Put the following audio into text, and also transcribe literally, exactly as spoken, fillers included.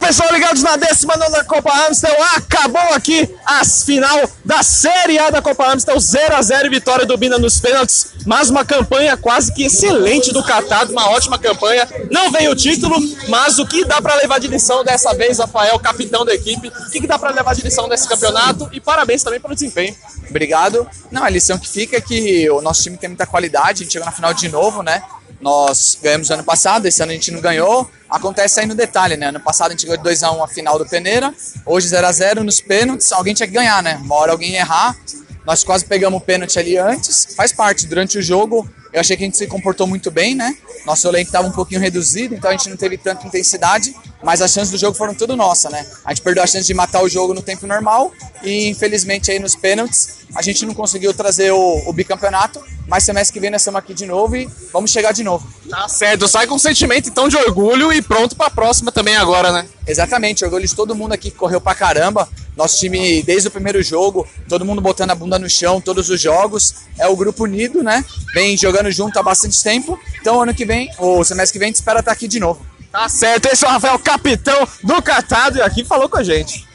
pessoal, ligados na décima nona Copa Amstel, acabou aqui a final da Série A da Copa Amstel, zero a zero, vitória do Bina nos pênaltis, mas uma campanha quase que excelente do Catado, uma ótima campanha, não veio o título, mas o que dá para levar de lição dessa vez, Rafael, capitão da equipe, o que, que dá para levar de lição desse campeonato e parabéns também pelo desempenho. Obrigado. Não, a lição que fica é que o nosso time tem muita qualidade, a gente chegou na final de novo, né? Nós ganhamos ano passado, esse ano a gente não ganhou. Acontece aí no detalhe, né? Ano passado a gente ganhou dois a um a final do Peneira, hoje zero a zero nos pênaltis, alguém tinha que ganhar, né? Uma hora alguém ia errar, nós quase pegamos o pênalti ali antes, faz parte, durante o jogo eu achei que a gente se comportou muito bem, né? Nosso elenco estava um pouquinho reduzido, então a gente não teve tanta intensidade, mas as chances do jogo foram tudo nossa, né? A gente perdeu a chance de matar o jogo no tempo normal e infelizmente aí nos pênaltis a gente não conseguiu trazer o, o bicampeonato, mas semestre que vem nós estamos aqui de novo e vamos chegar de novo. Tá certo, sai com um sentimento então de orgulho e pronto para a próxima também agora, né? Exatamente, orgulho de todo mundo aqui que correu pra caramba. Nosso time, desde o primeiro jogo, todo mundo botando a bunda no chão, todos os jogos. É o grupo unido, né? Vem jogando junto há bastante tempo. Então, ano que vem, ou semestre que vem, a gente espera estar aqui de novo. Tá certo, esse é o Rafael, capitão do Catado, e aqui falou com a gente.